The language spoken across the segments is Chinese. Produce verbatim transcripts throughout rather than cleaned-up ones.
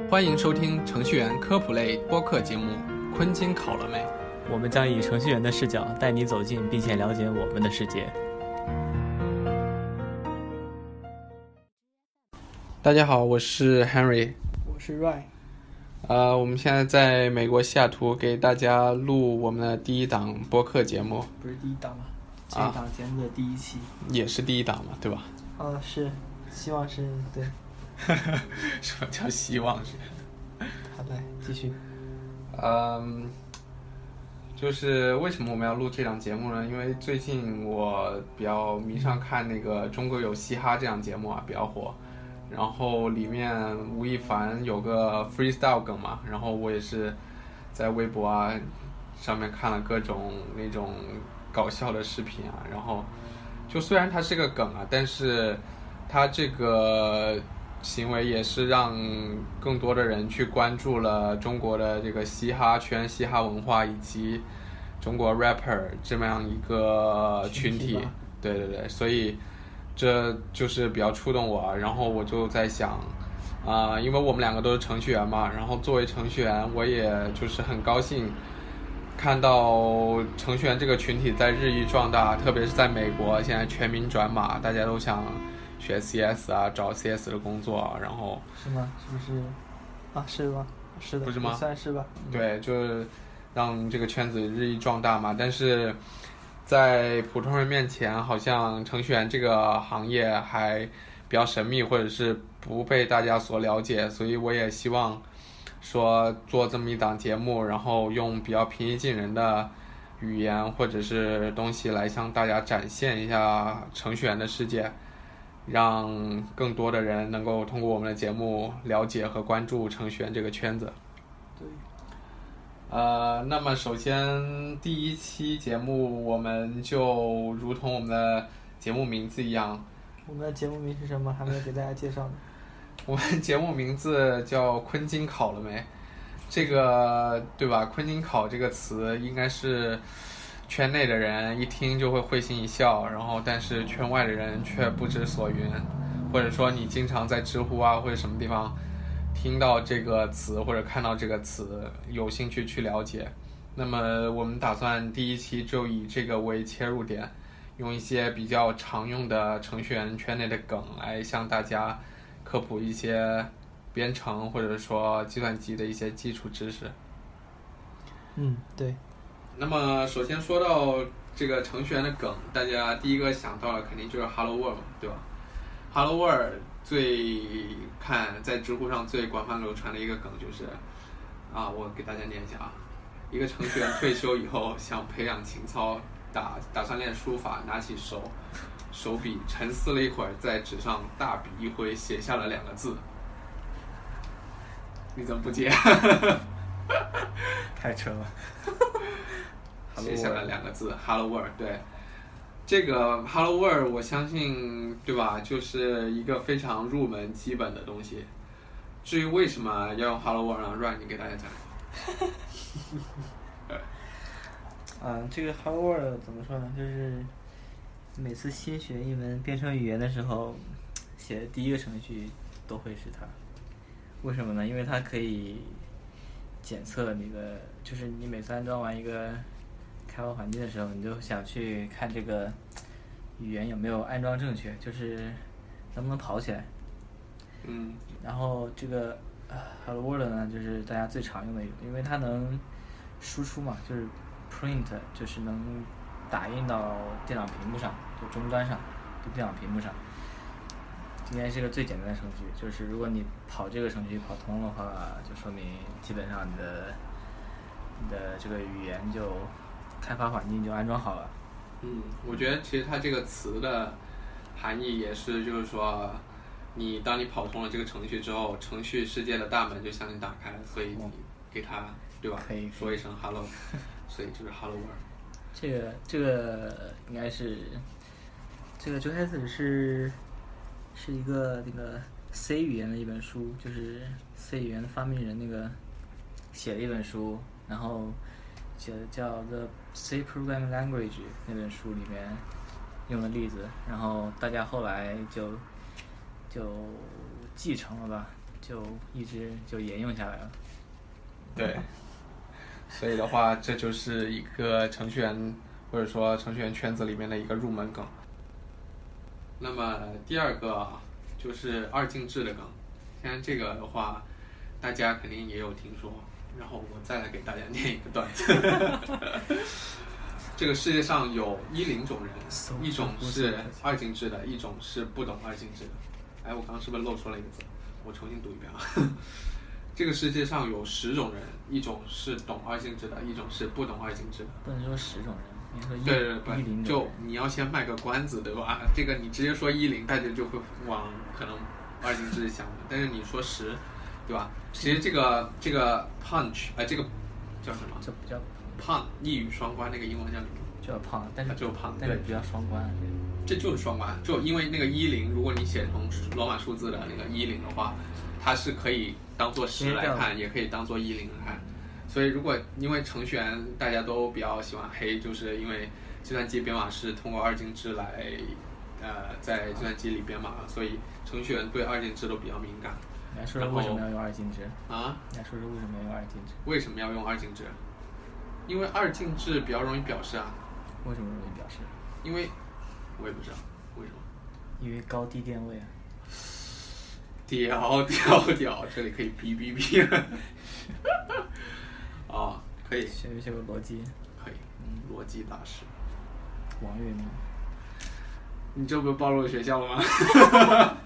欢迎收听程序员科普类播客节目《昆金考了没》。 我们将以程序员的视角带你走进并且了解我们的世界。 大家好，我是 Henry， 我是 Ryan。 呃，我们现在在美国西雅图给大家录我们的第一档播客节目。 不是第一档吗？这一档节目的第一期、 啊、也是第一档嘛，对吧？ 啊，是，希望是对。 什么叫希望是？ 好的，继续。 嗯，就是为什么我们要录这档节目呢？因为最近我比较迷上看那个《中国有嘻哈》这档节目啊，比较火。然后里面吴亦凡有个 freestyle 梗嘛，然后我也是在微博啊上面看了各种那种搞笑的视频啊，然后就虽然它是个梗啊，但是它这个行为也是让更多的人去关注了中国的这个嘻哈圈、嘻哈文化以及中国 rapper 这么样一个群体。对对对，所以这就是比较触动我，然后我就在想啊、呃，因为我们两个都是程序员嘛，然后作为程序员，我也就是很高兴看到程序员这个群体在日益壮大，特别是在美国，现在全民转码，大家都想学 C S 啊，找 C S 的工作，然后是吗？是不是？啊，是吗？是的， 不是吗？ 算是吧。 对，就是让这个圈子日益壮大嘛。但是在普通人面前，好像程序员这个行业还比较神秘，或者是不被大家所了解，所以我也希望说做这么一档节目，然后用比较平易近人的语言或者是东西来向大家展现一下程序员的世界，让更多的人能够通过我们的节目了解和关注程序员这个圈子。 对。 呃，那么首先第一期节目我们就如同我们的节目名字一样， 我们的节目名是什么？还没有给大家介绍呢。 我们节目名字叫昆金考了没？这个对吧？昆金考这个词应该是圈内的人一听就会会心一笑，然后但是圈外的人却不知所云，或者说你经常在知乎啊或者什么地方听到这个词或者看到这个词，有兴趣去了解。那么我们打算第一期就以这个为切入点，用一些比较常用的程序员圈内的梗来向大家科普一些编程或者说计算机的一些基础知识。 嗯，对。 那么首先说到这个程序员的梗，大家第一个想到的肯定就是 Hello World 嘛，对吧？ Hello World 最看在知乎上最广泛流传的一个梗就是啊，我给大家念一下啊，一个程序员退休以后想培养情操，打打算练书法，拿起手手笔沉思了一会儿，在纸上大笔一挥，写下了两个字。你怎么不接？ 太扯了。 写下了两个字 Hello World。 对，这个 Hello World 我相信对吧，就是一个非常入门基本的东西。至于为什么要用 Hello World 呢 Ryan 你给大家讲一下。 嗯，这个 Hello World 怎么说呢，就是每次新学一门编程语言的时候，写的第一个程序都会是它。为什么呢？因为它可以检测你的，就是你每次安装完一个开发环境的时候，你就想去看这个语言有没有安装正确，就是能不能跑起来。 嗯。 然后这个、呃、Hello World 呢，就是大家最常用的一个，因为它能输出嘛，就是 print， 就是能打印到电脑屏幕上，就终端上，就电脑屏幕上。应该是个最简单的程序，就是如果你跑这个程序跑通的话，就说明基本上你的你的这个语言就开发环境就安装好了。 嗯，我觉得其实它这个词的含义也是，就是说，你当你跑通了这个程序之后，程序世界的大门就向你打开，所以你给它，对吧？ 可以说一声 hello， 所以就是 Hello World。 这个这个应该是，这个最开始是是一个那个 C 语言的一本书，就是 C 语言的发明人那个写了一本书，然后写的叫 The C Programming Language 那本书里面用的例子，然后大家后来就就继承了吧， 就一直就沿用下来了。 对，所以的话，这就是一个程序员或者说程序员圈子里面的一个入门梗。那么第二个就是二进制的梗，现在这个的话，大家肯定也有听说，然后我再来给大家念一个段子。这个世界上有一零种人，一种是二进制的，一种是不懂二进制的。哎，我刚刚是不是漏说了一个字？我重新读一遍啊。这个世界上有十种人，一种是懂二进制的，一种是不懂二进制的。 不能说十种人，你说一对对对， 一零就你要先卖个关子，对吧？这个你直接说一零，大家就会往可能二进制想的。但是你说十，对吧？其实这个这个 punch， 呃，这个叫什么？ 这不叫胖，一语双关，那个英文叫什么？ 叫胖，但是就胖， 但是不叫双关。 这就是双关，就因为那个一零，如果你写成罗马数字的那个一零的话，它是可以当做十来看，也可以当做一零来看。所以如果因为程序员大家都比较喜欢黑，就是因为计算机编码是通过二进制来，呃，在计算机里编码，所以程序员对二进制都比较敏感。 你来说说为什么要用二进制啊？ 你来说说为什么要用二进制？ 为什么要用二进制？因为二进制比较容易表示啊。 为什么容易表示？ 因为我也不知道为什么。 因为高低电位啊。 屌屌屌，这里可以哔哔哔了。哦，可以。 学没学过逻辑？ 可以。嗯，逻辑大师。 王岳明。 你这不暴露学校了吗？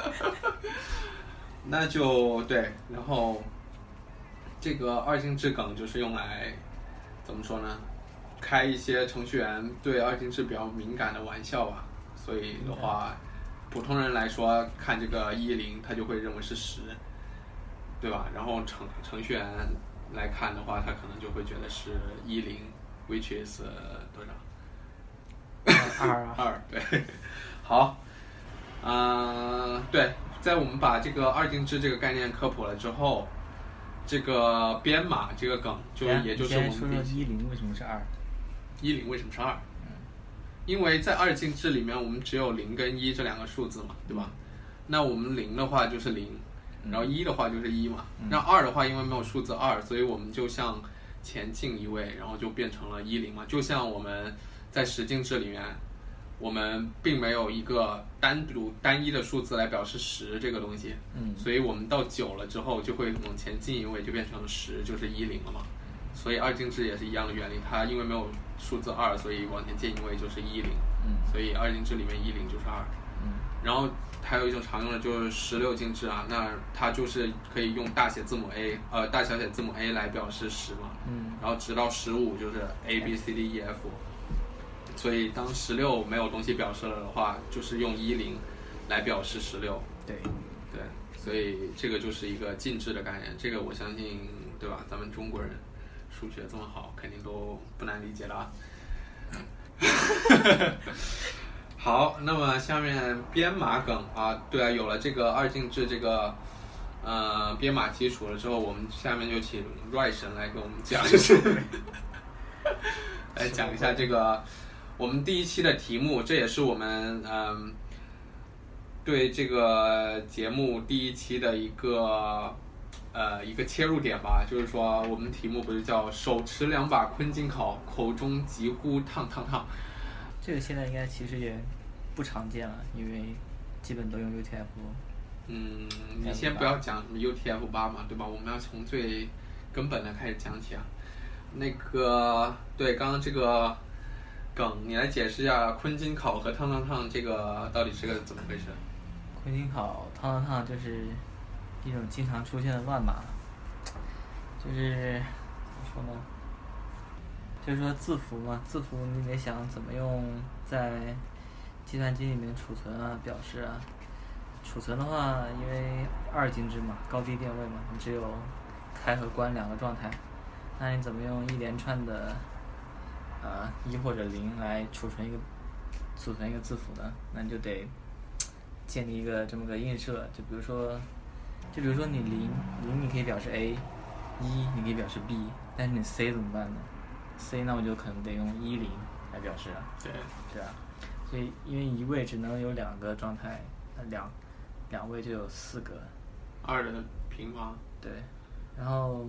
那就对，然后这个二进制梗就是用来怎么说呢？开一些程序员对二进制比较敏感的玩笑吧。所以的话，普通人来说看这个一零，他就会认为是十，对吧？然后程程序员来看的话，他可能就会觉得是一零 ，which is 多少？ 二二对，好，嗯、呃，对，在我们把这个二进制这个概念科普了之后，这个编码这个梗就也就是我们说说一零为什么是二？ 一零为什么是二？因为在二进制里面，我们只有零跟一这两个数字嘛，对吧？那我们零的话就是零，然后一的话就是一嘛。那二的话，因为没有数字二，所以我们就向前进一位，然后就变成了一零嘛。就像我们在十进制里面，我们并没有一个单独单一的数字来表示十这个东西， 嗯， 所以我们到九了之后就会往前进一位，就变成十，就是一零了嘛。所以二进制也是一样的原理，它因为没有数字二，所以往前进一位就是一零， 嗯， 所以二进制里面一零就是二， 嗯， 然后还有一种常用的就是十六进制啊，那它就是可以用大写字母 A， 呃大小写字母 A 来表示十嘛， 嗯， 然后直到十五就是 A B C D E F， 所以当十六没有东西表示了的话，就是用一零来表示十六， 对， 对，所以这个就是一个进制的概念，这个我相信对吧？咱们中国人数学这么好，肯定都不难理解的啊。好，那么下面编码梗啊，对啊，有了这个二进制这个呃编码基础了之后，我们下面就请 Roy 神来给我们讲，来讲一下这个我们第一期的题目，这也是我们嗯、呃、对这个节目第一期的一个。呃，一个切入点吧，就是说我们题目不是叫手持两把昆金考，口中急呼烫烫烫。 这个现在应该其实也不常见了，因为基本都用 U T F。 嗯，你先不要讲什么 U T F 八嘛，对吧？我们要从最根本的开始讲起啊。那个，对，刚刚这个梗，你来解释一下昆金考和烫烫烫这个到底是个怎么回事？ 昆金考、烫烫烫就是一种经常出现的乱码，就是怎么说呢？就是说字符嘛，字符你得想怎么用在计算机里面储存啊、表示啊。储存的话，因为二进制嘛，高低电位嘛，你只有开和关两个状态，那你怎么用一连串的呃一或者零来储存一个储存一个字符呢？那你就得建立一个这么个映射，就比如说。就比如说你零零你可以表示 A， 一你可以表示 B， 但是你 C 怎么办呢 ？C 那我就可能得用一零来表示了。 对， 是啊。所以因为一位只能有两个状态，两两位就有四个二的平方。 对，然后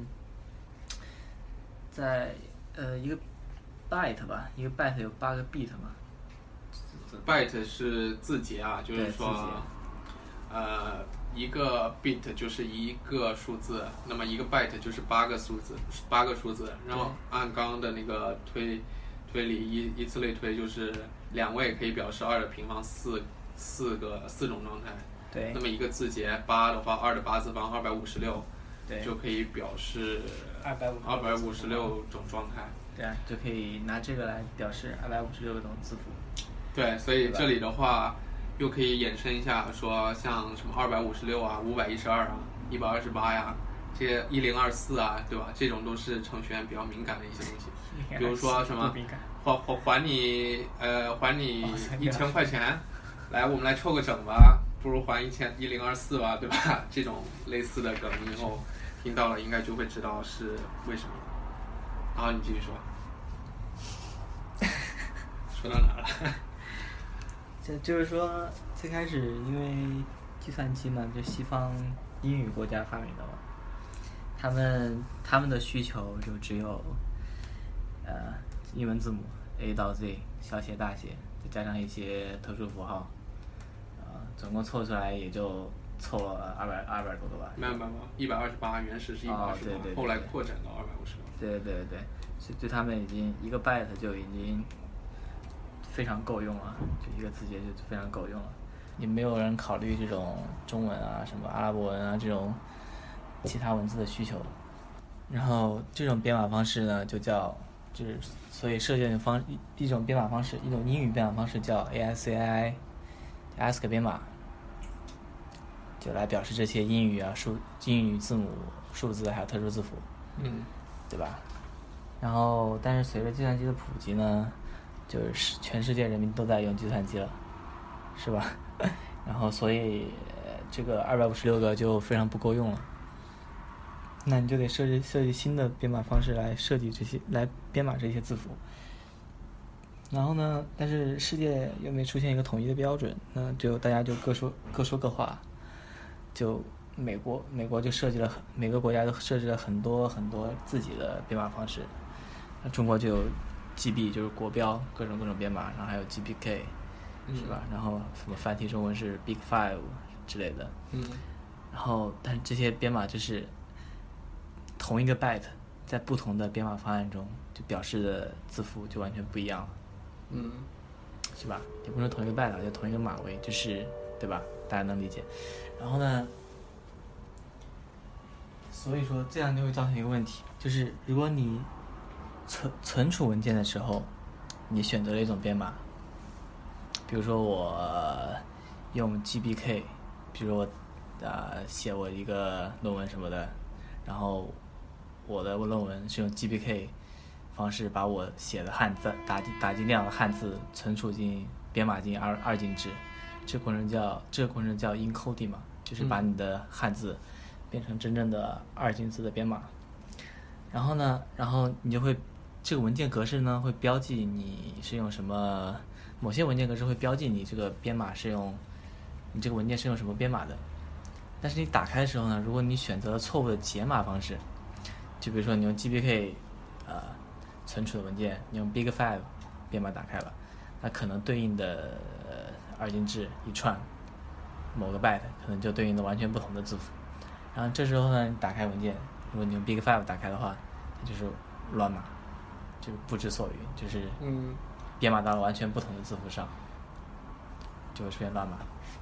在呃一个 byte 吧，一个 byte 有八个 bit 嘛。 byte 是字节啊，就是说，呃，一个 bit 就是一个数字，那么一个 byte 就是八个数字，八个数字。然后按刚刚的那个推推理依依次类推，就是两位可以表示二的平方四四个四种状态。 对。 那么一个字节八的话，二的八次方二百五十六， 对， 就可以表示二百五二百五十六种状态。 对啊，就可以拿这个来表示二百五十六种字符。 对，所以这里的话，又可以衍生一下，说像什么二百五十六啊、五百一十二啊、一百二十八呀，这些一零二四啊，对吧？这种都是程序员比较敏感的一些东西。比如说什么还还还你呃还你一千块钱，来我们来凑个整吧，不如还一千一零二四吧，对吧？这种类似的梗，以后听到了应该就会知道是为什么。然后你继续说，说到哪了？ 就就是说，最开始因为计算机嘛，就西方英语国家发明的嘛，他们他们的需求就只有，呃，英文字母 A 到 Z 小写大写，再加上一些特殊符号，啊、呃，总共凑出来也就凑了二百二百多个吧。 没有没有没有，一百二十八，原始是一百二十八，后来扩展到二百五十六。 对对对，所以对他们已经一个 byte 就已经非常够用了，就一个字节就非常够用了。 也没有人考虑这种中文啊、什么阿拉伯文啊这种其他文字的需求。然后这种编码方式呢，就叫就是所以设计的方一种编码方式，一种英语编码方式叫 A S C I I A S C I I 编码，就来表示这些英语啊、数英语字母、数字还有特殊字符， 嗯， 对吧？然后，但是随着计算机的普及呢，就是全世界人民都在用计算机了，是吧？然后，所以这个二百五十六个就非常不够用了。那你就得设计设计新的编码方式来设计这些，来编码这些字符。然后呢，但是世界又没出现一个统一的标准，那就大家就各说各说各话。就美国，美国就设计了每个国家都设置了很多很多自己的编码方式。那中国就有 G B， 就是国标，各种各种编码，然后还有 G B K， 是吧？然后什么繁体中文是 Big Five 之类的。 嗯。 然后，但是这些编码就是同一个 byte， 在不同的编码方案中，就表示的字符就完全不一样了。 嗯。 是吧？也不是同一个 byte， 就同一个码位，就是对吧？大家能理解。然后呢，所以说这样就会造成一个问题，就是如果你存存储文件的时候，你选择了一种编码，比如说我用 G B K， 比如我呃写我一个论文什么的，然后我的论文是用 G B K 方式把我写的汉字打打进量的汉字存储进编码进二二进制。这个过程叫这个过程叫 encoding 嘛，就是把你的汉字变成真正的二进制的编码。然后呢，然后你就会这个文件格式呢会标记你是用什么，某些文件格式会标记你这个编码是用你这个文件是用什么编码的。但是你打开的时候呢，如果你选择了错误的解码方式，就比如说你用 G B K 呃存储的文件，你用 Big Five 编码打开了，那可能对应的二进制一串某个 byte 可能就对应的完全不同的字符。然后这时候呢，你打开文件，如果你用 Big Five 打开的话，它就是乱码，就是不知所云，就是编码到了完全不同的字符上，就会出现乱码。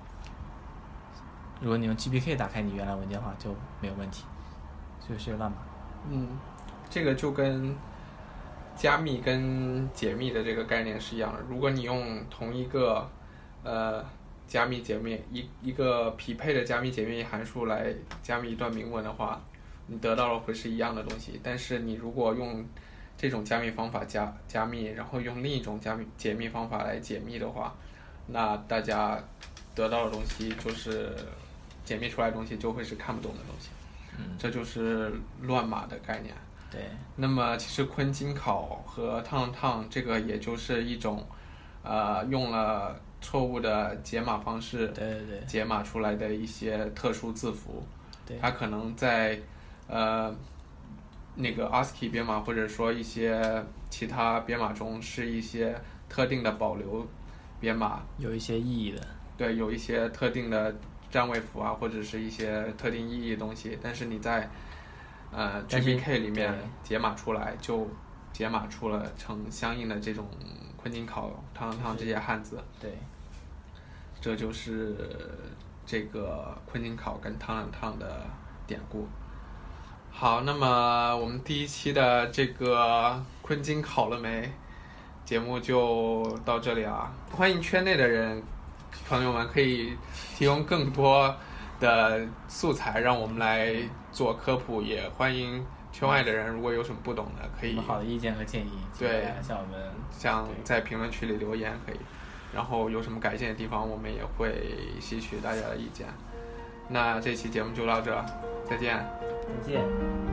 如果你用 G B K 打开你原来文件的话就没有问题，就会乱码。 嗯，这个就跟加密跟解密的这个概念是一样的。如果你用同一个呃加密解密一一个匹配的加密解密函数来加密一段明文的话，你得到的会是一样的东西。但是你如果用这种加密方法加加密，然后用另一种加密解密方法来解密的话，那大家得到的东西就是解密出来的东西就会是看不懂的东西。 嗯， 这就是乱码的概念。 对。 那么其实昆金考和烫烫这个也就是一种呃用了错误的解码方式， 对对对， 解码出来的一些特殊字符。 对， 它可能在呃那个 A S C I I 编码或者说一些其他编码中是一些特定的保留编码， 有一些意义的。 对，有一些特定的占位符啊，或者是一些特定意义的东西，但是你在呃 G B K 里面解码出来，就解码出了成相应的这种昆金考、汤汤汤这些汉字。 对， 这就是这个昆金考跟汤汤汤的典故。好，那么我们第一期的这个昆金考了没节目就到这里啊！欢迎圈内的人朋友们可以提供更多的素材让我们来做科普，也欢迎圈外的人如果有什么不懂的可以好的意见和建议， 对， 向我们像在评论区里留言可以，然后有什么改进的地方我们也会吸取大家的意见。那这期节目就到这，再见。 再见。